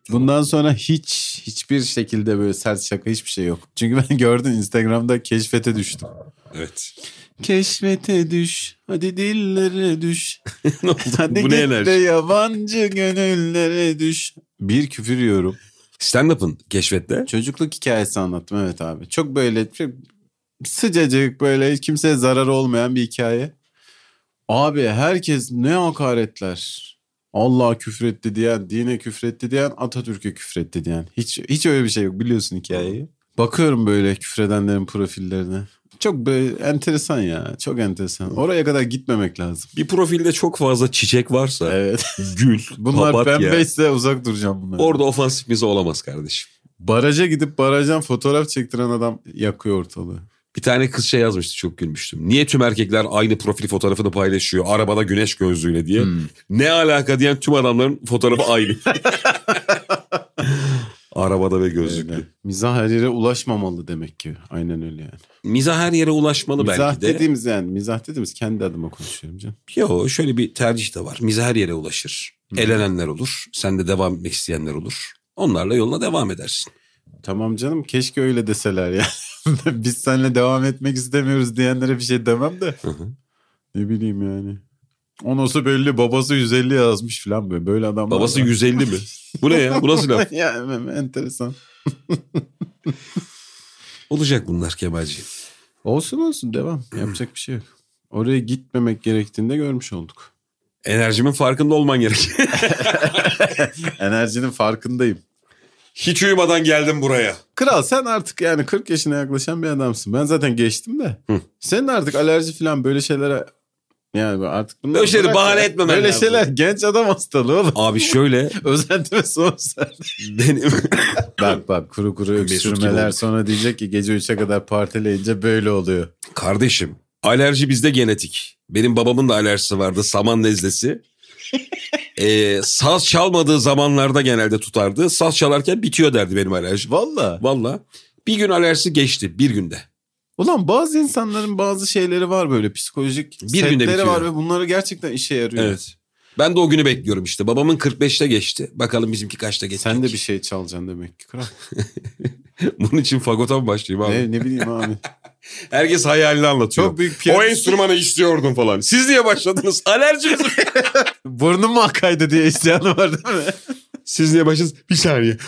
Bundan sonra hiçbir şekilde böyle sert şaka hiçbir şey yok. Çünkü ben gördüm Instagram'da keşfete düştüm. Evet. Keşfete düş, hadi dillere düş. Ne oldu? Hadi Bu ne git de enerji? yabancı gönüllere düş. Bir küfür yiyorum. Stand-up'ın keşfette. Çocukluk hikayesi anlattım evet abi. Çok böyle çok sıcacık böyle hiç kimseye zararı olmayan bir hikaye. Abi herkes ne hakaretler. Allah'a küfretti diyen, dine küfretti diyen, Atatürk'e küfretti diyen. Hiç öyle bir şey yok biliyorsun hikayeyi. Bakıyorum böyle küfredenlerin profillerine. Çok böyle enteresan ya. Çok enteresan. Oraya kadar gitmemek lazım. Bir profilde çok fazla çiçek varsa, Evet. gül, Bunlar papatya, pembeyse uzak duracağım bunlardan. orada ofansif mize olamaz kardeşim. Baraja gidip barajdan fotoğraf çektiren adam yakıyor ortalığı. Bir tane kız şey yazmıştı, çok gülmüştüm. Niye tüm erkekler aynı profil fotoğrafını paylaşıyor arabada güneş gözlüğüyle diye. Ne alaka diyen tüm adamların fotoğrafı aynı. Arabada ve gözlüklü. Öyle. Mizah her yere ulaşmamalı demek ki. Aynen öyle yani. Mizah her yere ulaşmalı Mizah belki de. mizah dediğimiz kendi adıma konuşuyorum canım. Yo, şöyle bir tercih de var. Mizah her yere ulaşır. Elenenler olur. Sen de devam etmek isteyenler olur. Onlarla yoluna devam edersin. Tamam canım keşke öyle deseler ya. Biz seninle devam etmek istemiyoruz diyenlere bir şey demem de. Ne bileyim yani. O nasıl belli babası 150 yazmış falan böyle. Böyle adam Babası 150 mi? Bu ne ya? Bu nasıl laf? Ya enteresan. Olacak bunlar Kemalciğim. Olsun devam. Yapacak bir şey yok. Oraya gitmemek gerektiğini de görmüş olduk. Enerjimin farkında olman gerek. Enerjinin farkındayım. Hiç uyumadan geldim buraya. Kral sen artık yani 40 yaşına yaklaşan bir adamsın. Ben zaten geçtim de. Senin artık alerji falan böyle şeylere yani artık bunları Böyle şeyleri bırak bahane ya. etmemen Böyle lazım. şeyler genç adam hastalığı oğlum. Abi şöyle Özentime son sen. benim... Bak kuru Mesut gibi öksürmeler olduk. sonra diyecek ki gece 3'e kadar partileyince böyle oluyor. Kardeşim, alerji bizde genetik. Benim babamın da alerjisi vardı, saman nezlesi. Saz çalmadığı zamanlarda genelde tutardı. Saz çalarken bitiyor derdi benim alerjim. Valla. Valla. Bir gün alerjisi geçti, bir günde. Ulan bazı insanların bazı şeyleri var böyle psikolojik Bir günde setleri bitiyor. var ve bunları gerçekten işe yarıyor. Evet. Ben de o günü bekliyorum işte. Babamın 45'te geçti. Bakalım bizimki kaçta geçecek. Sen de bir şey çalacaksın demek ki kral. Bunun için fagota mı başlayayım abi? Ne bileyim abi. Herkes hayalini anlatıyor. Çok büyük O piyanist. enstrümanı istiyordum falan. Siz niye başladınız? Alerjiniz mi? Burnum mu akaydı diye isyanı var değil mi? Siz niye başladınız? Bir saniye.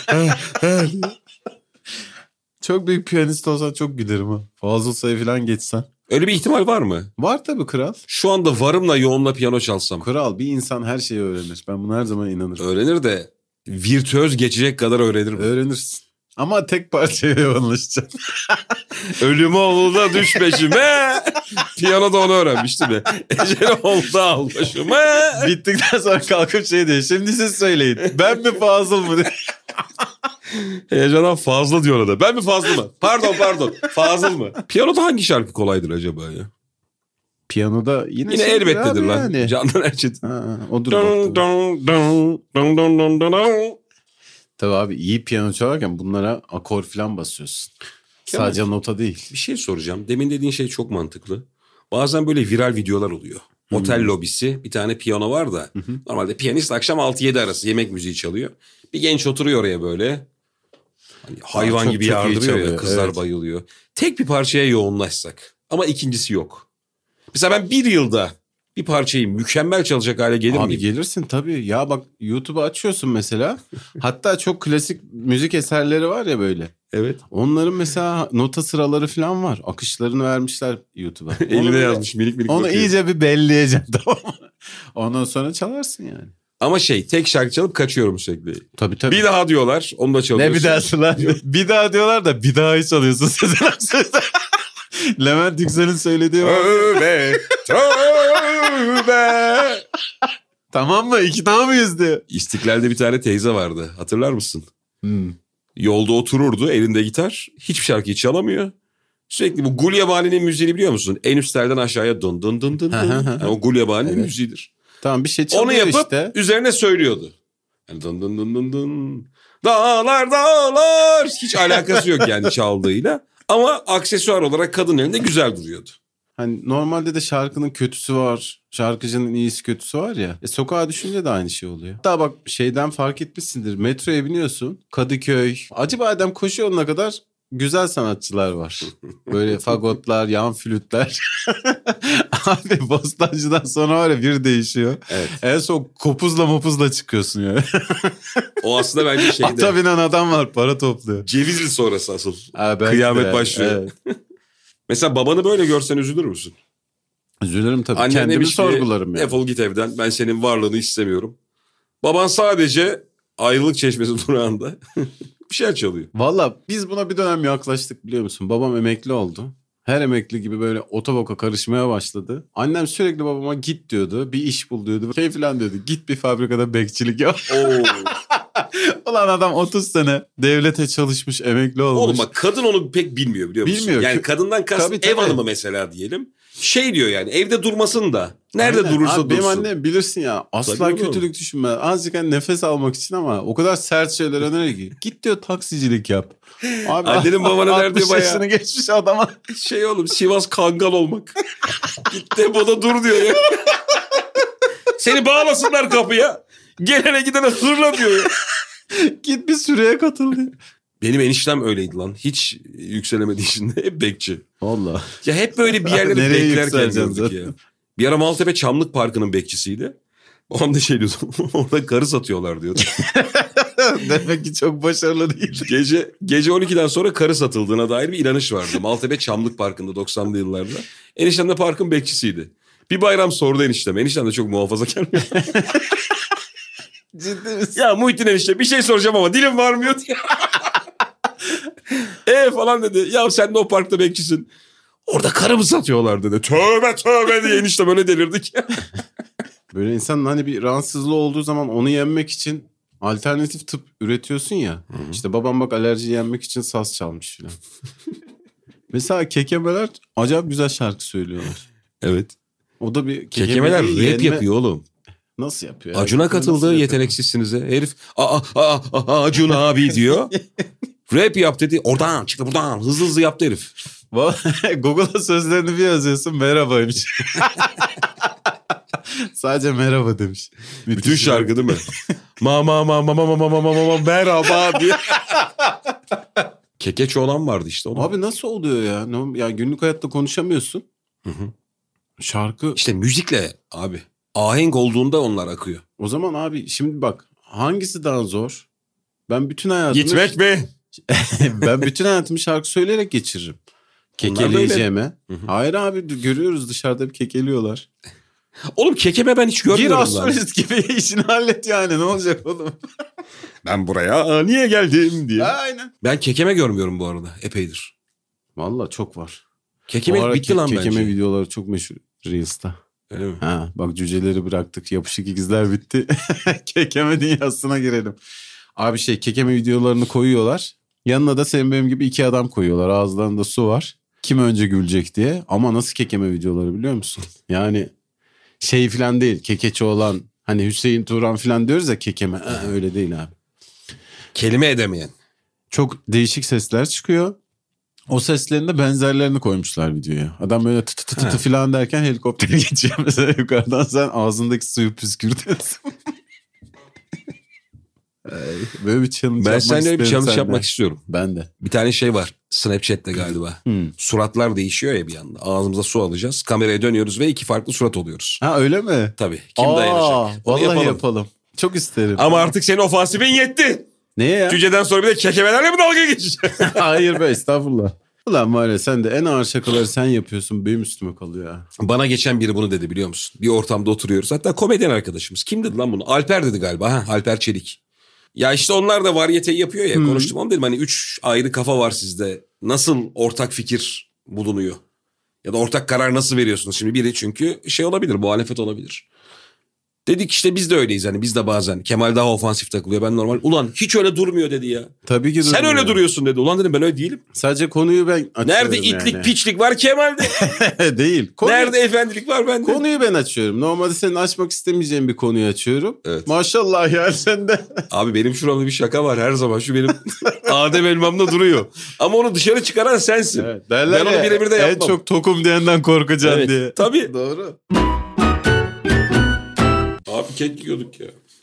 Çok büyük piyanist olsan çok gülerim ha. Fazıl Say'ı falan geçsen. Öyle bir ihtimal var mı? Var tabii kral. Şu anda varımla yoğumla piyano çalsam. Kral bir insan her şeyi öğrenir. Ben buna her zaman inanırım. Öğrenir de virtüöz geçecek kadar öğrenirim. Öğrenirsin. Ama tek parçaya yoğunlaşacaksın. Ölüm oldu da düş peşime. Piyano da onu öğrenmiş değil mi? Ecel oldu al başıma. Bittikten sonra kalkıp şey diyor. Şimdi siz söyleyin. Ben mi Fazıl mı? Heyecandan fazla diyor ona da. Ben mi Fazıl mı? Pardon. Fazıl mı? Piyanoda hangi şarkı kolaydır acaba ya? Piyanoda yine Yine şeydir elbettedir abi lan. yani. Candan Erçetin. Odur Dun, bak. dun, dun, dun, dun, dun, dun, dun. Tabii abi iyi piyano çalarken bunlara akor falan basıyorsun. Kemal, Sadece nota değil. bir şey soracağım. Demin dediğin şey çok mantıklı. Bazen böyle viral videolar oluyor. Otel lobisi, bir tane piyano var da. Normalde piyanist akşam 6-7 arası yemek müziği çalıyor. Bir genç oturuyor oraya böyle. Hani hayvan çok- gibi çok iyi yardırıyor ya, çalıyor, kızlar evet. bayılıyor. Tek bir parçaya yoğunlaşsak ama ikincisi yok. Mesela ben bir yılda bir parçayı mükemmel çalacak hale gelir Abi miyim? gelirsin tabii. Ya bak YouTube'u açıyorsun mesela. Hatta çok klasik müzik eserleri var ya böyle. Evet. Onların mesela nota sıraları falan var. Akışlarını vermişler YouTube'a. Onu Eline böyle- yazmış minik Onu bakıyor. iyice bir belleyeceksin tamam mı? Ondan sonra çalarsın yani. Ama tek şarkı çalıp kaçıyorum sürekli. Tabii. Bir daha diyorlar, onu da çalıyorsun. Ne bir dahası lan? Bir daha diyorlar da bir daha çalıyorsun. Sezen Aksu'da. Levent Yüksel'in söylediği var. Tövbe. Tamam mı? İki daha mıyız diyor. İstiklal'de bir tane teyze vardı. Hatırlar mısın? Yolda otururdu, elinde gitar. Hiçbir şarkıyı çalamıyor. Sürekli bu Gulyabani'nin müziğini biliyor musun? En üst telden aşağıya dın dın dın dın. Yani o Gulyabani'nin Evet. müziğidir. Tamam bir şey çalıyor Onu yapıp işte. üzerine söylüyordu. Yani dın dın dın dın dın. Dağlar dağlar. Hiç alakası yok yani çaldığıyla. Ama aksesuar olarak kadın elinde güzel duruyordu. Hani normalde de şarkının kötüsü var. Şarkıcının iyisi kötüsü var ya. Sokağa düşünce de aynı şey oluyor. Hatta bak şeyden fark etmişsindir. Metroya biniyorsun. Kadıköy. Acıbadem koşu yoluna kadar güzel sanatçılar var. Böyle fagotlar, yan flütler. Abi Bostancı'dan sonra var ya bir değişiyor. Evet. En son kopuzla çıkıyorsun ya. O aslında bence şeyde. Ata binen adam var, para topluyor. Cevizli sonrası asıl. Belki Kıyamet de, başlıyor. evet. Mesela babanı böyle görsen üzülür müsün? Üzülürüm tabii. Annen Kendimi demiş ki, sorgularım yani. defol git evden, ben senin varlığını istemiyorum. Baban sadece ayrılık çeşmesi durağında bir şeyler çalıyor. Valla biz buna bir dönem yaklaştık biliyor musun? Babam emekli oldu. Her emekli gibi böyle otoboka karışmaya başladı. Annem sürekli babama git diyordu. Bir iş bul diyordu. Şey falan diyordu. Git bir fabrikada bekçilik yap. Oo. Ulan adam 30 sene devlete çalışmış, emekli olmuş. Oğlum bak, kadın onu pek bilmiyor biliyor musun? Bilmiyor. Yani kadından kast Tabii, ev tabii. hanımı mesela diyelim. Şey diyor yani, evde durmasın da. Nerede Aynen. durursa Abi, benim dursun. annem bilirsin ya, asla Tabii oğlum. kötülük düşünme. Azıcık hani nefes almak için ama o kadar sert şeyler öneriyor ki. Git diyor taksicilik yap. Abi, Annenin babana 60 verdiği bayağı- yaşını geçmiş adama. Şey oğlum, Sivas Kangal olmak. Git depoda dur diyor ya. Seni bağlasınlar kapıya. Gelene gidene hırla diyor ya. Git bir sürüye katıl diyor. Benim eniştem öyleydi lan. Hiç yükselemediği için de hep bekçi. Valla. Ya hep böyle bir yerlere Nereye beklerken yükseleceksin gördük ya. Bir ara Maltepe Çamlık Parkı'nın bekçisiydi. O anda şey diyordu. Orada karı satıyorlar diyordu. Demek ki çok başarılı değil. Gece 12'den sonra karı satıldığına dair bir inanış vardı. Maltepe Çamlık Parkı'nda 90'lı yıllarda. Eniştem de parkın bekçisiydi. Bir bayram sordu eniştem. Eniştem de çok muhafazakar. Ciddi misin? Ya Muhittin enişte, bir şey soracağım ama dilim varmıyor diye. Falan dedi. Ya sen de o parkta bekçisin. Orada karı mı satıyorlar dedi. Tövbe tövbe diye enişte böyle delirdik. Böyle insanın hani bir rahatsızlığı olduğu zaman onu yenmek için alternatif tıp üretiyorsun ya. Hı-hı. İşte babam bak alerjiyi yenmek için saz çalmış filan. Mesela kekemeler acayip güzel şarkı söylüyorlar. Evet. O da bir kekemeler rap yapıyor oğlum. Nasıl yapıyor? Acun'a katıldığı yeteneksizsinize. Herif Acun abi diyor. Rap yap dedi. Oradan çıktı, buradan hızlı hızlı yaptı herif. Google'a sözlerini bir yazıyorsun, merhabaymış. Sadece merhaba demiş. Bütün şarkı değil mi? Merhaba diye. Kekeç olan vardı işte. Onun. Abi nasıl oluyor ya? Ya günlük hayatta konuşamıyorsun. Hı hı. Şarkı. İşte müzikle abi. Ahenk olduğunda onlar akıyor. O zaman abi şimdi bak, hangisi daha zor? Ben bütün hayatımı... Gitmek mi? Ben bütün hayatımı şarkı söyleyerek geçiririm. Kekeleyeceğime. Hayır abi, görüyoruz dışarıda bir kekeliyorlar. Oğlum kekeme ben hiç görmüyorum. Gir astrolist gibi işini hallet yani, ne olacak oğlum? Ben buraya niye geldim diye. Aynen. Ben kekeme görmüyorum bu arada epeydir. Vallahi çok var. Kekeme bitti lan bence. Kekeme videoları çok meşhur Reels'ta. Öyle mi? Ha, bak cüceleri bıraktık. Yapışık ikizler bitti. Kekeme dünyasına girelim. Abi kekeme videolarını koyuyorlar. Yanına da senin benim gibi 2 adam koyuyorlar. Ağızlarında su var. Kim önce gülecek diye. Ama nasıl kekeme videoları biliyor musun? Yani falan değil. Kekeçi olan, hani Hüseyin Turan falan diyoruz ya kekeme. Öyle değil abi. Kelime edemeyen. Çok değişik sesler çıkıyor. O seslerin de benzerlerini koymuşlar videoya. Adam böyle tı tı tı falan derken helikopter geçiyor mesela yukarıdan, sen ağzındaki suyu püskürtüyorsun. Böyle bir challenge ben seninle bir challenge yapmak istiyorum. Ben de. Bir tane şey var Snapchat'te galiba. Suratlar değişiyor ya bir anda. Ağzımıza su alacağız. Kameraya dönüyoruz ve 2 farklı surat oluyoruz. Ha öyle mi? Tabii. Kim dayanacak? Onu Vallahi yapalım. Çok isterim. Ama artık senin ofansifin yetti. Neye ya? Cüceden sonra bir de kekemelerle mi dalga geçeceksin? Hayır be, estağfurullah. Ulan var ya, sen de en ağır şakaları sen yapıyorsun, benim üstüme kalıyor ya. Bana geçen biri bunu dedi biliyor musun? Bir ortamda oturuyoruz. Hatta komedyen arkadaşımız. Kim dedi lan bunu? Alper dedi galiba. Alper Çelik. Ya işte onlar da varyeteyi yapıyor ya. Konuştum onu dedim, hani 3 ayrı kafa var sizde. Nasıl ortak fikir bulunuyor? Ya da ortak karar nasıl veriyorsunuz? Şimdi biri çünkü olabilir, muhalefet olabilir. Dedik işte biz de öyleyiz, hani biz de bazen. Kemal daha ofansif takılıyor, ben normal. Ulan hiç öyle durmuyor dedi ya. Tabii ki sen öyle duruyorsun dedi. Ulan dedim ben öyle değilim. Sadece konuyu ben açıyorum. Nerede itlik piçlik var Kemal'de? Değil. Nerede efendilik var bende? Konuyu ben açıyorum. Normalde senin açmak istemeyeceğin bir konuyu açıyorum. Evet. Maşallah ya sen de. Abi benim şuramda bir şaka var her zaman. Şu benim Adem elmamda duruyor. Ama onu dışarı çıkaran sensin. Evet, derler Ben onu ya, birebir de en yapmam. çok tokum diyenden korkacaksın Evet, diye. tabii. Doğru. Abi kek yiyorduk ya.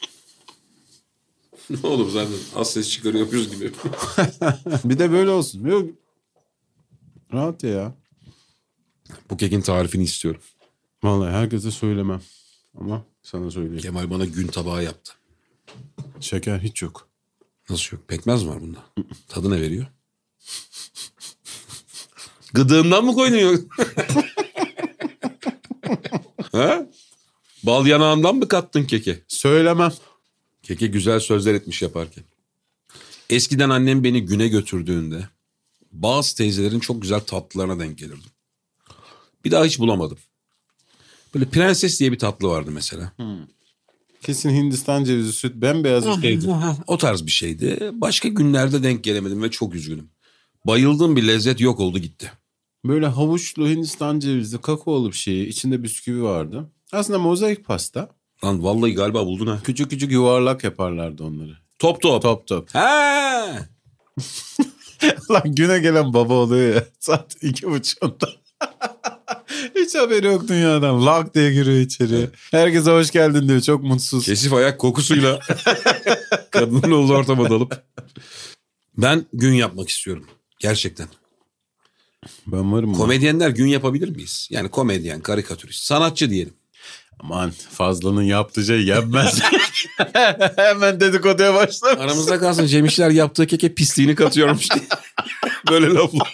Ne olur zaten az ses çıkarıyor yapıyoruz gibi. Bir de böyle olsun. Yok. Rahat ya. Bu kekin tarifini istiyorum. Vallahi herkese söylemem. Ama sana söyleyeyim. Kemal bana gün tabağı yaptı. Şeker hiç yok. Nasıl yok? Pekmez mi var bunda? Tadı ne veriyor? Gıdığından mı koydun yok? Ha? Bal yanağından mı kattın keke? Söylemem. Keke güzel sözler etmiş yaparken. Eskiden annem beni güne götürdüğünde bazı teyzelerin çok güzel tatlılarına denk gelirdim. Bir daha hiç bulamadım. Böyle prenses diye bir tatlı vardı mesela. Kesin Hindistan cevizi süt bembeyaz bir şeydi. O tarz bir şeydi. Başka günlerde denk gelemedim ve çok üzgünüm. Bayıldığım bir lezzet yok oldu gitti. Böyle havuçlu Hindistan cevizli kakaolu bir şey. İçinde bisküvi vardı. Aslında mozaik pasta. Lan vallahi galiba buldun ha. Küçük küçük yuvarlak yaparlardı onları. Top top. Top top. Ha. Lan güne gelen baba oluyor ya. Saat 2.30'da. Hiç haberi yok dünyadan. Lak diye giriyor içeriye. Herkese hoş geldin diyor. Çok mutsuz. Kesif ayak kokusuyla kadının olduğu ortama dalıp. Ben gün yapmak istiyorum. Gerçekten. Ben varım mı? Komedyenler gün yapabilir miyiz? Yani komedyen, karikatürist, sanatçı diyelim. Aman Fazlı'nın yaptığı şey yenmez. Hemen dedikoduya başlamış. Aramızda kalsın Cem İşler yaptığı keke pisliğini katıyormuş diye. Böyle laflar.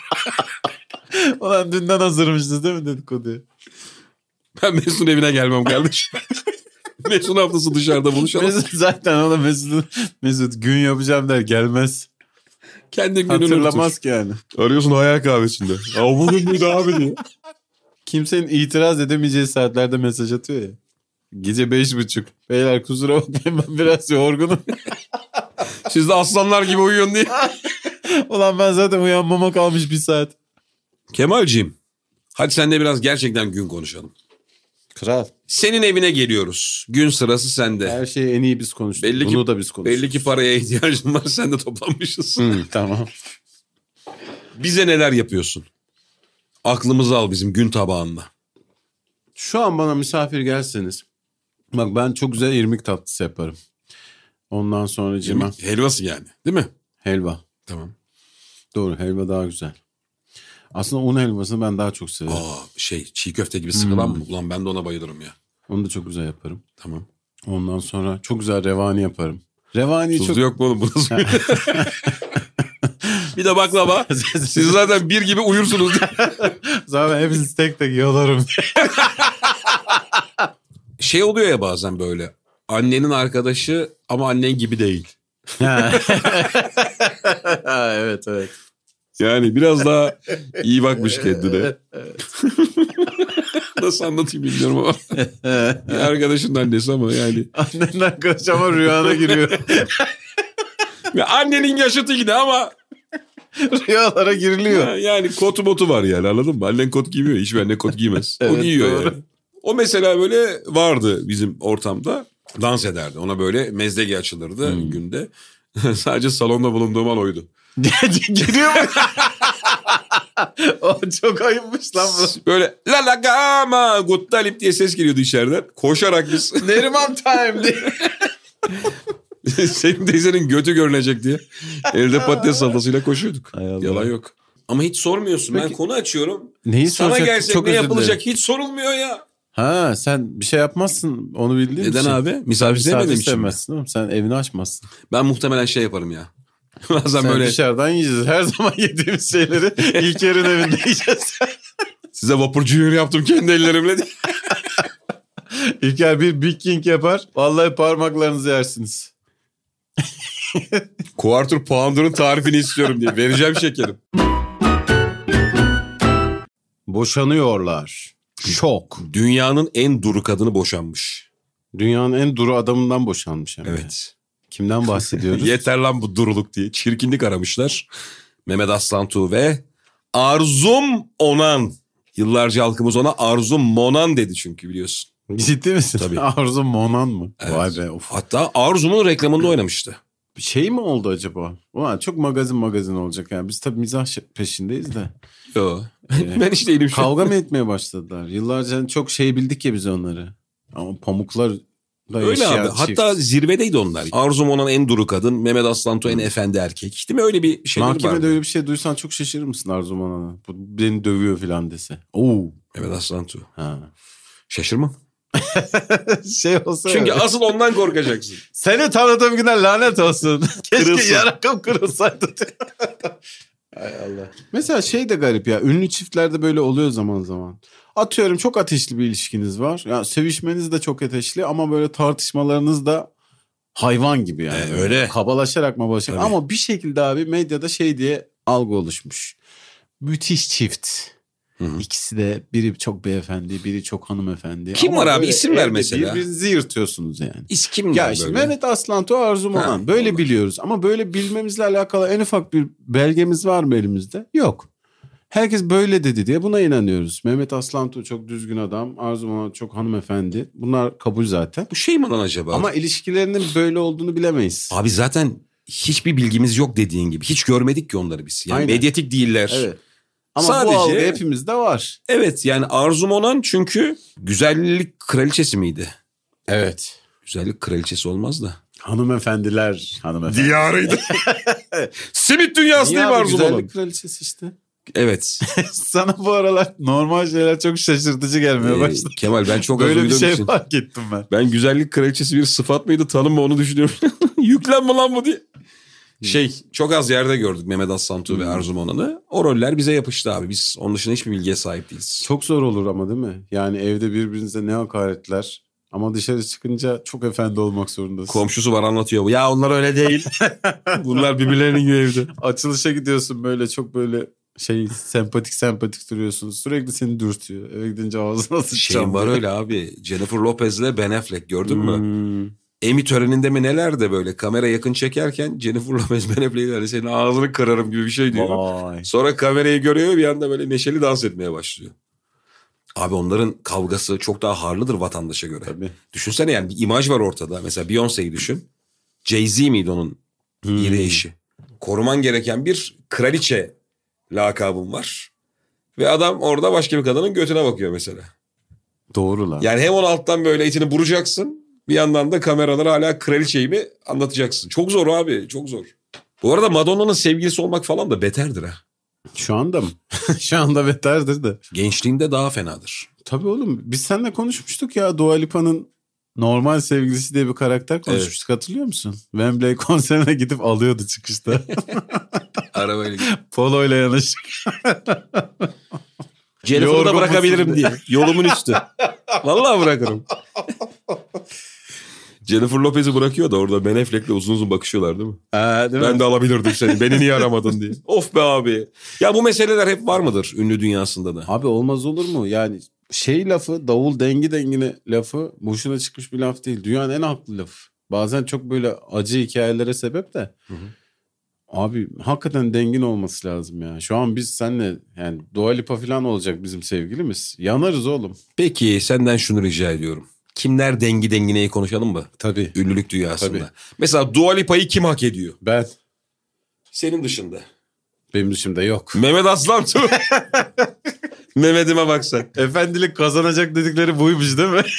Ulan dünden hazırmışız değil mi dedikoduya? Ben Mesut'un evine gelmem kardeşim. Mesut haftası dışarıda buluşalım. Mesut zaten ona Mesut gün yapacağım der gelmez. Kendi gününü Hatırlamaz ki yani. Arıyorsun hayal kahvesinde. Ya bugün müydü abi diye. Kimsenin itiraz edemeyeceği saatlerde mesaj atıyor ya. Gece 5.30. Beyler kusura bakmayın ben biraz yorgunum. Siz de aslanlar gibi uyuyun diye. Ulan ben zaten uyanmama kalmış bir saat. Kemalciğim, hadi seninle biraz gerçekten gün konuşalım. Kral. Senin evine geliyoruz. Gün sırası sende. Her şeyi en iyi biz konuştuk. Belli ki, Bunu da biz konuştuk. belli ki paraya ihtiyacın var. Sen de toplanmışız. Tamam. Bize neler yapıyorsun? Aklımızı al bizim gün tabağında. Şu an bana misafir gelseniz. Bak ben çok güzel irmik tatlısı yaparım. Ondan sonra cima. Helvası yani değil mi? Helva. Tamam. Doğru helva daha güzel. Aslında un helvasını ben daha çok severim. Çiğ köfte gibi sıkılan mı? Ulan ben de ona bayılırım ya. Onu da çok güzel yaparım. Tamam. Ondan sonra çok güzel revani yaparım. Revani Tuzlu çok... yok mu oğlum? Bu nasıl bir... Bir de baklava. Siz zaten bir gibi uyursunuz. Zaten hepiniz tek tek yalarım. Şey oluyor ya bazen böyle. Annenin arkadaşı ama annen gibi değil. Evet. Yani biraz daha iyi bakmış kendine. Nasıl anlatayım bilmiyorum ama. Bir arkadaşın annesi ama yani. Annenin arkadaşı ama rüyana giriyor. Ve annenin yaşıtı yine ama. Rüyalara giriliyor. Yani kotu botu var yani anladın mı? Annen kot giymiyor. Hiçbir anne kot giymez. Evet, o giyiyor doğru. yani. O mesela böyle vardı bizim ortamda. Dans ederdi. Ona böyle mezdegi açılırdı günde. Sadece salonda bulunduğum an oydu. Giriyor mu? O çok ayıpmış lan bu. Böyle la la gama guttalip diye ses geliyordu içeriden. Koşarak biz. Neriman time diye. Senin teyzenin götü görünecek diye. Elde patates salatasıyla koşuyorduk. Hay Allah. Yalan yok. Ama hiç sormuyorsun. Ben Peki, konu açıyorum. neyi Sana soracak? gelsek Çok ne özür yapılacak dilerim. hiç sorulmuyor ya. Ha sen bir şey yapmazsın onu bildiğin Neden için. abi? Misafir sevmediğim için mi? sevmezsin oğlum. Sen evini açmazsın. Ben muhtemelen şey yaparım ya. Bazen Sen böyle dışarıdan yiyeceğiz. Her zaman yediğimiz şeyleri İlker'in evinde yiyeceğiz. size vapur junior yaptım kendi ellerimle. İlker bir Big King yapar. Vallahi parmaklarınızı yersiniz. Quarter Pounder'ın tarifini istiyorum diye. Vereceğim şekerim. Boşanıyorlar. Şok. Dünyanın en duru kadını boşanmış. Dünyanın en duru adamından boşanmış hem de. Evet. Kimden bahsediyoruz? Yeter lan bu duruluk diye. Çirkinlik aramışlar. Mehmet Aslantuğ ve Arzum Onan. Yıllarca halkımız ona Arzum Monan dedi çünkü biliyorsun. Ciddi misin? Tabii. Arzu Monan mı? Evet. Vay be of. Hatta Arzum'un reklamında oynamıştı. Şey mi oldu acaba? Ulan çok magazin olacak yani. Biz tabii mizah peşindeyiz de. Yo. Ben hiç değilim şu an. Kavga mı etmeye başladılar? Yıllarca hani çok şey bildik ya biz onları. Ama pamuklar da Öyle yaşayan abi. çift. Hatta zirvedeydi onlar. Arzu Monan en duru kadın, Mehmet Aslantu en efendi erkek. Değil mi? Öyle bir şeyler vardı. Mahkemede öyle bir şey duysan çok şaşırır mısın Arzu Manan'a? Bu beni dövüyor falan dese. Oo. Mehmet Aslantu. Ha. Şaşırmam. Şey olsa Çünkü ya. asıl ondan korkacaksın. Seni tanıdığım güne lanet olsun. Keşke Kırılsın. yarakım kırılsaydı. Hay Allah. Mesela şey de garip ya. Ünlü çiftlerde böyle oluyor zaman zaman. Atıyorum çok ateşli bir ilişkiniz var. Ya sevişmeniz de çok ateşli ama böyle tartışmalarınız da hayvan gibi yani. Öyle. Kabalaşarak Tabii. ama bir şekilde abi medyada şey diye algı oluşmuş. Müthiş çift. İkisi de biri çok beyefendi, biri çok hanımefendi. Kim Ama var abi? böyle İsim ver evde mesela. Birbirinizi yırtıyorsunuz yani. Kim Ya var işte böyle? Mehmet Aslantu, Arzu Monan. Böyle Allah. biliyoruz. Ama böyle bilmemizle alakalı en ufak bir belgemiz var mı elimizde? Yok. Herkes böyle dedi diye buna inanıyoruz. Mehmet Aslantu çok düzgün adam. Arzu Monan çok hanımefendi. Bunlar kabul zaten. Bu şey mi lan acaba? Ama ilişkilerinin böyle olduğunu bilemeyiz. Abi zaten hiçbir bilgimiz yok dediğin gibi. Hiç görmedik ki onları biz. Yani Aynen. medyatik değiller. Evet. Ama Sadece- bu algı hepimizde var. Evet yani Arzu Monan çünkü güzellik kraliçesi miydi? Evet. Güzellik kraliçesi olmaz da. Hanımefendiler. Diyarıydı. Simit dünyası değil mi Arzu Monan? Güzellik kraliçesi işte. Evet. Sana bu aralar normal şeyler çok şaşırtıcı gelmeye başladı. Kemal ben çok az Böyle bir uyuduğum şey için. fark ettim ben. Ben güzellik kraliçesi bir sıfat mıydı tanım mı onu düşünüyorum. Yüklenme lan bu diye. Çok az yerde gördük Mehmet Aslantu ve Arzu Monan'ı. O roller bize yapıştı abi. Biz onun dışında hiçbir bilgiye sahip değiliz. Çok zor olur ama değil mi? Yani evde birbirinize ne hakaretler. Ama dışarı çıkınca çok efendi olmak zorundasın. Komşusu var anlatıyor. Ya onlar öyle değil. Bunlar birbirlerinin gibi evde. Açılışa gidiyorsun böyle çok böyle sempatik duruyorsunuz. Sürekli seni dürtüyor. Eve gidince ağzına sıçacağım. Şey var öyle abi. Jennifer Lopez'le Ben Affleck gördün mü? Hmm. Emmy töreninde mi neler de böyle kamera yakın çekerken Jennifer Lopez Ben Affleck'e hani senin ağzını kırarım gibi bir şey diyor. Vay. Sonra kamerayı görüyor bir anda böyle neşeli dans etmeye başlıyor. Abi onların kavgası çok daha harlıdır vatandaşa göre. Tabii. Düşünsene yani bir imaj var ortada. Mesela Beyoncé'yi düşün. Jay-Z miydi onun iri eşi? Koruman gereken bir kraliçe lakabın var. Ve adam orada başka bir kadının götüne bakıyor mesela. Doğru lan. Yani hem onu alttan böyle etini vuracaksın. Bir yandan da kameralara hala kraliçeyi mi anlatacaksın. Çok zor abi çok zor. Bu arada Madonna'nın sevgilisi olmak falan da beterdir ha. Şu anda mı? Şu anda beterdir de. Gençliğinde daha fenadır. Tabii oğlum biz seninle konuşmuştuk ya Dua Lipa'nın normal sevgilisi diye bir karakter konuşmuştuk hatırlıyor musun? Wembley konserine gidip alıyordu çıkışta. Arabayla. Polo ile yanışık. Jennifer'ı da Yorgun bırakabilirim musun diye. Yolumun üstü. Vallahi bırakırım. Jennifer Lopez'i bırakıyor da orada Ben Affleck'le uzun uzun bakışıyorlar değil mi? Değil Ben mi? de alabilirdim seni. Beni niye aramadın diye. Of be abi. Ya bu meseleler hep var mıdır ünlü dünyasında da? Abi olmaz olur mu? Yani lafı davul dengi dengine lafı boşuna çıkmış bir laf değil. Dünyanın en haklı lafı. Bazen çok böyle acı hikayelere sebep de. Abi hakikaten dengin olması lazım ya. Şu an biz seninle yani Dua Lipa falan olacak bizim sevgilimiz. Yanarız oğlum. Peki senden şunu rica ediyorum. Kimler dengi dengineyi konuşalım mı? Tabii. Ünlülük dünyasında. Tabii. Mesela Dua Lipa'yı kim hak ediyor? Ben. Senin dışında. Benim dışımda yok. Mehmet Aslantu. Mehmet'ime bak sen. Efendilik kazanacak dedikleri buymuş değil mi?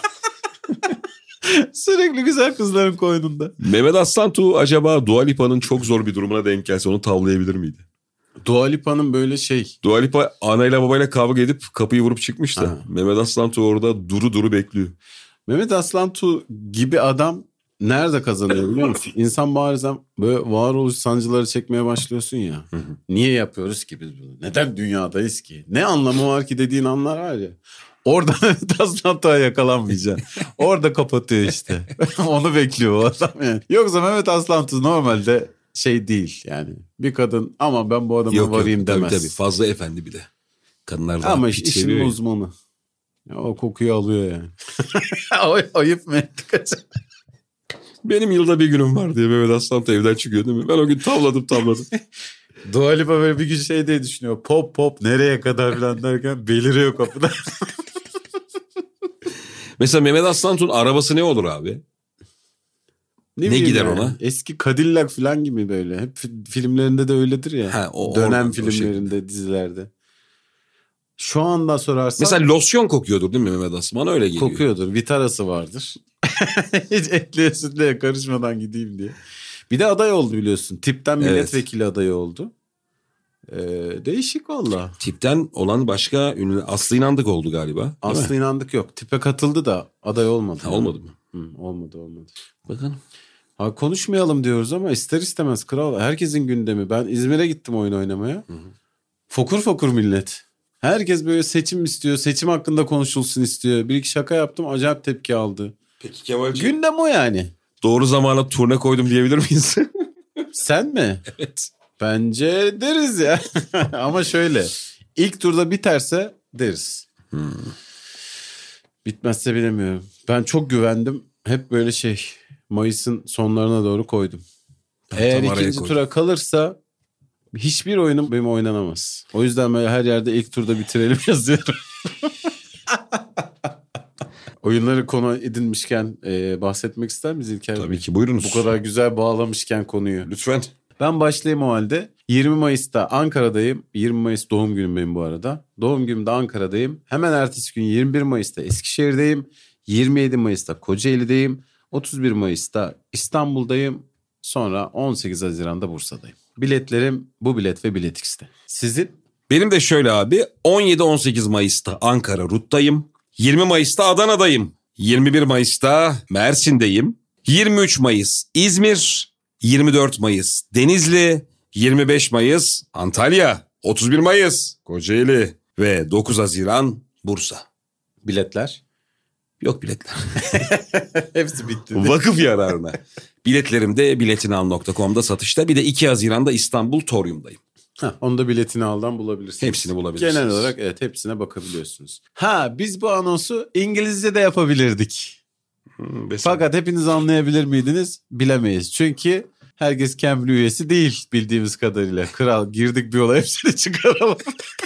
Sürekli güzel kızların koynunda. Mehmet Aslantu acaba Dua Lipa'nın çok zor bir durumuna denk gelse onu tavlayabilir miydi? Dua Lipa'nın böyle Dua Lipa anayla babayla kavga edip kapıyı vurup çıkmış da. Ha. Mehmet Aslantu orada duru bekliyor. Mehmet Aslantu gibi adam nerede kazanıyor biliyor musun? İnsan bazen böyle varoluş sancıları çekmeye başlıyorsun ya. Niye yapıyoruz ki biz bunu? Neden dünyadayız ki? Ne anlamı var ki dediğin anlar var ya. Orada Mehmet Aslantu'ya yakalanmayacaksın. Orada kapatıyor işte. Onu bekliyor o adam yani. Yoksa Mehmet Aslantu normalde değil yani. Bir kadın ama ben bu adama varayım demez. Tabii fazla efendi bir de. Kadınlar daha Ama hiç işin seviyor ya. uzmanı. Ya, o kokuyu alıyor yani. Ayıp mı ettik acaba? Benim yılda bir günüm var diye Mehmet Aslantu evden çıkıyor değil mi? Ben o gün tavladım. Dua Lipa böyle bir gün diye düşünüyor. Pop nereye kadar falan derken beliriyor kapıda. Mesela Mehmet Aslantu'nun arabası ne olur abi? Ne bileyim gider yani. ona? Eski Cadillac falan gibi böyle. Hep filmlerinde de öyledir ya. Ha, dönem o filmlerinde, dizilerde. Şu anda sorarsan... Mesela losyon kokuyordur değil mi Mehmet Asım? Bana öyle geliyor. Kokuyordur. Vitarası vardır. Hiç etliye sütlüye karışmadan gideyim diye. Bir de aday oldu biliyorsun. Tipten milletvekili adayı oldu. Değişik valla. Tipten olan başka ünlü Aslı İnandık oldu galiba. Aslı İnandık yok. Tipe katıldı da aday olmadı. Ha, olmadı mı? Olmadı. Bakalım. Ha, konuşmayalım diyoruz ama ister istemez kral. Herkesin gündemi. Ben İzmir'e gittim oyun oynamaya. Fokur fokur millet. Herkes böyle seçim istiyor. Seçim hakkında konuşulsun istiyor. Bir iki şaka yaptım. Acayip tepki aldı. Peki Kemalciğim. Gündem o yani. Doğru zamana turne koydum diyebilir miyiz? Sen mi? Evet. Bence deriz ya. Ama şöyle. İlk turda biterse deriz. Bitmezse bilemiyorum. Ben çok güvendim. Hep böyle Mayıs'ın sonlarına doğru koydum. Eğer ikinci tura kalırsa hiçbir oyunum benim oynanamaz. O yüzden böyle her yerde ilk turda bitirelim yazıyorum. Oyunları konu edinmişken bahsetmek ister miyiz İlker? Tabii ki, buyurunuz. Bu kadar güzel bağlamışken konuyu. Lütfen. Ben başlayayım o halde. 20 Mayıs'ta Ankara'dayım. 20 Mayıs doğum günüm benim bu arada. Doğum günümde Ankara'dayım. Hemen ertesi gün 21 Mayıs'ta Eskişehir'deyim. 27 Mayıs'ta Kocaeli'deyim. 31 Mayıs'ta İstanbul'dayım. Sonra 18 Haziran'da Bursa'dayım. Biletlerim bu bilet ve Bilet X'te. Sizin? Benim de şöyle abi. 17-18 Mayıs'ta Ankara RUT'tayım. 20 Mayıs'ta Adana'dayım. 21 Mayıs'ta Mersin'deyim. 23 Mayıs İzmir. 24 Mayıs Denizli. 25 Mayıs Antalya. 31 Mayıs Kocaeli. Ve 9 Haziran Bursa. Biletler? Yok biletler. Hepsi bitti. Vakıf yararına. Biletlerim de biletinal.com'da satışta. Bir de 2 Haziran'da İstanbul Torium'dayım. Onu da biletini aldan bulabilirsiniz. Hepsini bulabilirsiniz. Genel olarak evet, hepsine bakabiliyorsunuz. Biz bu anonsu İngilizce de yapabilirdik. Fakat hepiniz anlayabilir miydiniz? Bilemeyiz. Çünkü herkes Cambly üyesi değil bildiğimiz kadarıyla. Kral girdik bir yola hepsini çıkaralım.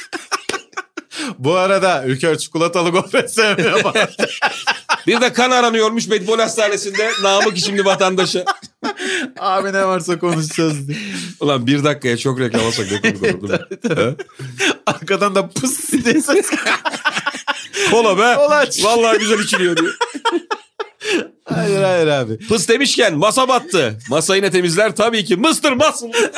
Bu arada Ülker çikolatalı gofret sevmiyor bana. Bir de kan aranıyormuş Medipol Hastanesi'nde Namık isimli vatandaşa. Abi ne varsa konuşacağız diye. Ulan bir dakikaya çok reklam alsak ne komik olurdu. Arkadan da pıs diye ses. Kola be. Kolaç. Vallahi güzel içiliyor diyor. Hayır abi. Pıs demişken masa battı. Masayı ne temizler? Tabii ki Mr. Muscle.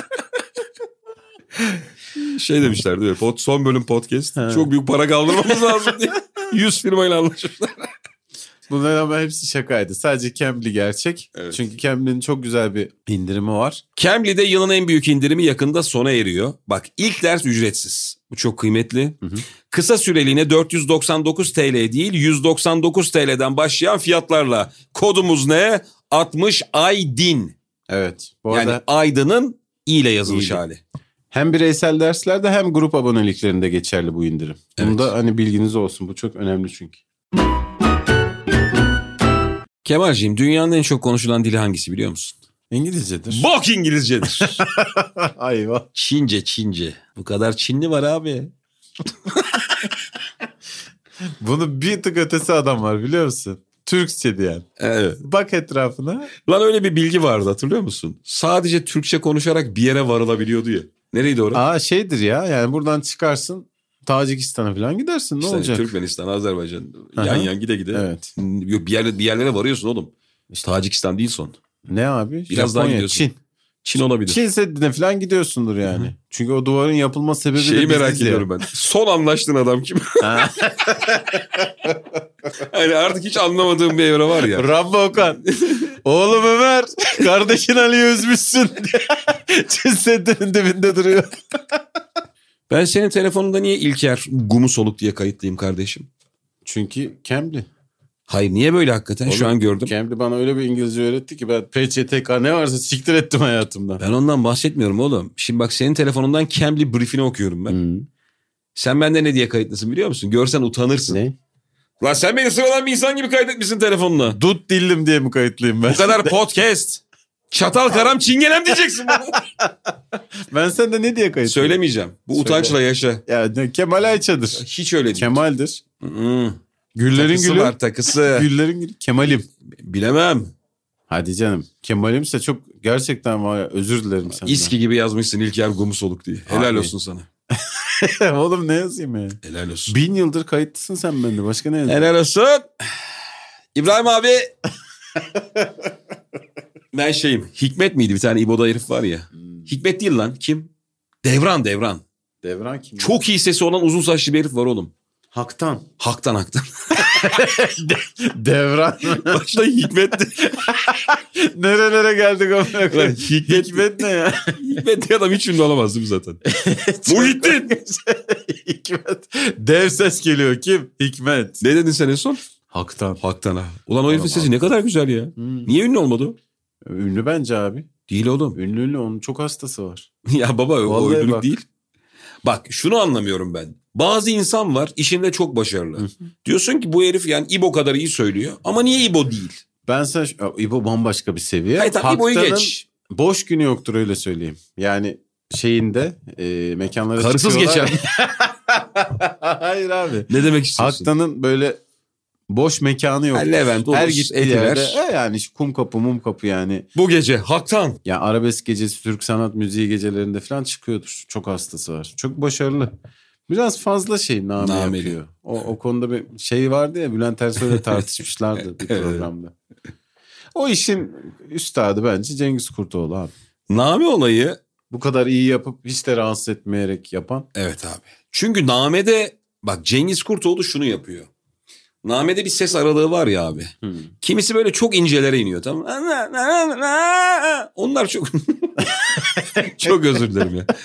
Demişler değil mi? Son bölüm podcast. Çok büyük para kaldırmamız lazım diye. 100 firmayla anlaşmışlar. Bunların ama hepsi şakaydı. Sadece Cambly gerçek. Evet. Çünkü Cambly'nin çok güzel bir indirimi var. Cambly'de yılın en büyük indirimi yakında sona eriyor. Bak ilk ders ücretsiz. Bu çok kıymetli. Hı. Kısa süreliğine 499 TL değil 199 TL'den başlayan fiyatlarla. Kodumuz ne? 60 Aydin. Evet. Bu arada... Yani Aydın'ın i ile yazılış hali. Hem bireysel derslerde hem grup aboneliklerinde geçerli bu indirim. Evet. Bunda hani bilginiz olsun. Bu çok önemli çünkü. Kemalciğim dünyanın en çok konuşulan dili hangisi biliyor musun? İngilizcedir. Bok İngilizcedir. Ayva. Çince. Bu kadar Çinli var abi. Bunu bir tık ötesi adam var biliyor musun? Türkçe diyen. Evet. Bak etrafına. Lan öyle bir bilgi vardı hatırlıyor musun? Sadece Türkçe konuşarak bir yere varılabiliyordu ya. Nereydi orası? Şeydir ya yani buradan çıkarsın Tacikistan'a falan gidersin ne işte olacak? Türkmenistan, Azerbaycan Aha. yan gide. Evet. Yok bir yerlere varıyorsun oğlum. İşte Tacikistan değil son. Ne abi? Biraz Japonya, daha gidiyorsun. Çin olabilir. Çin Seddi'ne falan gidiyorsundur yani. Hı-hı. Çünkü o duvarın yapılma sebebi de merak ediyorum ben. Son anlaştığın adam kim? Hani artık hiç anlamadığım bir evre var ya. Rabbi Okan. Oğlum Ömer. Kardeşin Ali'yi üzmüşsün. Çin Seddi'nin dibinde duruyor. Ben senin telefonunda niye İlker Gumu Soluk diye kayıtlıyım kardeşim? Çünkü Cambly. Hayır niye böyle hakikaten? Oğlum, şu an gördüm. Cambly bana öyle bir İngilizce öğretti ki ben PÇTK ne varsa siktir ettim hayatımdan. Ben ondan bahsetmiyorum oğlum. Şimdi bak senin telefonundan Cambly briefini okuyorum ben. Sen bende ne diye kayıtlısın biliyor musun? Görsen utanırsın. Ne? Lan sen beni sıradan bir insan gibi kaydetmişsin telefonuna. Dut dillim diye mi kayıtlıyım ben? Bu kadar podcast. Çatal karam çingenem diyeceksin bana. Ben sende ne diye kayıtlıyım? Söylemeyeceğim. Bu utançla yaşa. Ya Kemal Ayça'dır. Hiç öyle değil. Kemal'dir. Güllerin takısı gülü. var takısı. Güllerin gülü. Kemal'im. Bilemem. Hadi canım. Kemal'imse çok gerçekten var ya, özür dilerim senden. İSKİ gibi yazmışsın İlker Gumusoluk diye. Helal Abi. olsun sana. Oğlum ne yazayım ya? Helal olsun. 1000 yıldır kayıtlısın sen bende. Başka ne yazayım? Helal olsun. İbrahim abi. Ben şeyim. Hikmet miydi? Bir tane İbo'da herif var ya. Hikmet değil lan. Kim? Devran. Devran kim? Çok iyi sesi olan uzun saçlı bir herif var oğlum. Haktan. Haktan. Devran. Başta Hikmet'ti. Nerelere geldik amına koyayım? Hikmet. Hikmet ne ya? Hikmet diye adam hiç ünlü olamaz değil mi zaten? Muhittin. Hikmet. Dev ses geliyor. Kim? Hikmet. Ne dedin sen en son? Haktan. Haktan ha. Ulan o herifin sesi ne kadar güzel ya. Niye ünlü olmadı o? Ünlü bence abi. Değil oğlum. Ünlü onun çok hastası var. Ya baba o Vallahi ünlülük bak. değil. Bak şunu anlamıyorum ben. Bazı insan var işinde çok başarılı. Diyorsun ki bu herif yani İbo kadar iyi söylüyor. Ama niye İbo değil? Ben sana İbo bambaşka bir seviye. Hayır tamam İbo'yu Haktan'ın geç. boş günü yoktur öyle söyleyeyim. Yani şeyinde mekanlara Karısız çıkıyorlar. geçen. Hayır abi. Ne demek istiyorsun? Haktan'ın böyle boş mekanı yok. Levent, Her Ulus, gittiği Etiler. yerde yani kum kapı mum kapı yani. Bu gece Haktan. Ya arabesk gecesi, Türk sanat müziği gecelerinde falan çıkıyordur. Çok hastası var. Çok başarılı. Biraz fazla name Nameli. yapıyor. O konuda bir şey vardı ya, Bülent Ersoy'la tartışmışlardı bir programda. O işin üstadı bence Cengiz Kurtoğlu abi. Name olayı. Bu kadar iyi yapıp hiç de rahatsız etmeyerek yapan. Evet abi. Çünkü Name'de bak Cengiz Kurtoğlu şunu yapıyor. Name'de bir ses aralığı var ya abi. Kimisi böyle çok incelere iniyor tamam mı? Onlar çok... çok özür dilerim ya.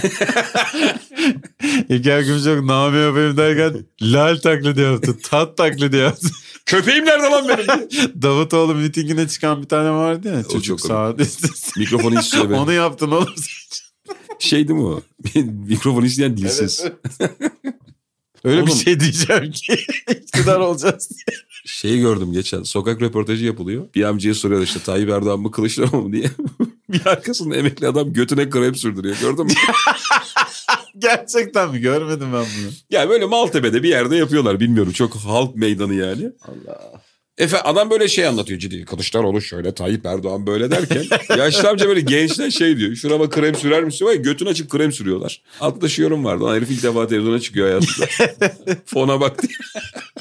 İlker Gümüşok name yapayım derken lal taklidi yaptı. Tat taklidi yaptı. Köpeğim nerede lan benim? Davutoğlu mitingine çıkan bir tane vardı ya. Çocuk çok sağdı. Mikrofonu istiyor benim. Onu yaptın oğlum. Şey değil mi o? Mikrofonu isteyen dilsiz. Öyle Oğlum. bir şey diyeceğim ki iktidar olacağız diye. Şeyi gördüm geçen. Sokak röportajı yapılıyor. Bir amcaya soruyorlar işte Tayyip Erdoğan mı Kılıçdaroğlu mu diye. Bir arkasında emekli adam götüne krem sürdürüyor. Gördün mü? Gerçekten mi? Görmedim ben bunu. Ya böyle Maltepe'de bir yerde yapıyorlar. Bilmiyorum. Çok halk meydanı yani. Allah. Adam böyle şey anlatıyor ciddi. Kılıçdaroğlu şöyle Tayyip Erdoğan böyle derken. Yaşlı amca böyle gençler şey diyor. Şurama krem sürer misin? Var ya, götünü açıp krem sürüyorlar. Altta şu yorum vardı. Herif ilk defa televizyona çıkıyor hayatında. Fona bak diye.